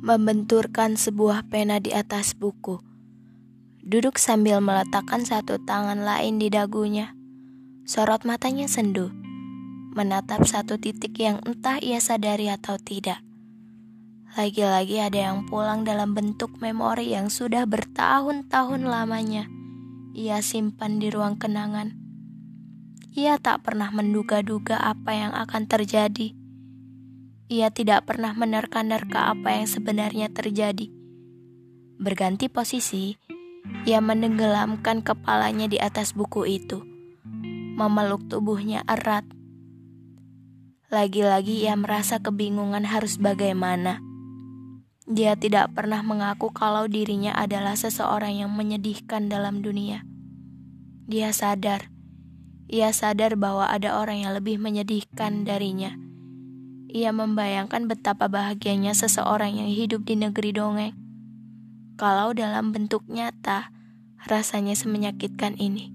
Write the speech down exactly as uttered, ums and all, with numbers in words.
membenturkan sebuah pena di atas buku. Duduk sambil meletakkan satu tangan lain di dagunya. Sorot matanya sendu, menatap satu titik yang entah ia sadari atau tidak. Lagi-lagi ada yang pulang dalam bentuk memori yang sudah bertahun-tahun lamanya ia simpan di ruang kenangan. Ia tak pernah menduga-duga apa yang akan terjadi. Ia tidak pernah menerka-nerka apa yang sebenarnya terjadi. Berganti posisi, ia menenggelamkan kepalanya di atas buku itu, memeluk tubuhnya erat. Lagi-lagi ia merasa kebingungan harus bagaimana. Dia tidak pernah mengaku kalau dirinya adalah seseorang yang menyedihkan dalam dunia. Dia sadar, ia sadar bahwa ada orang yang lebih menyedihkan darinya. Ia membayangkan betapa bahagianya seseorang yang hidup di negeri dongeng. Kalau dalam bentuk nyata, rasanya semenyakitkan ini.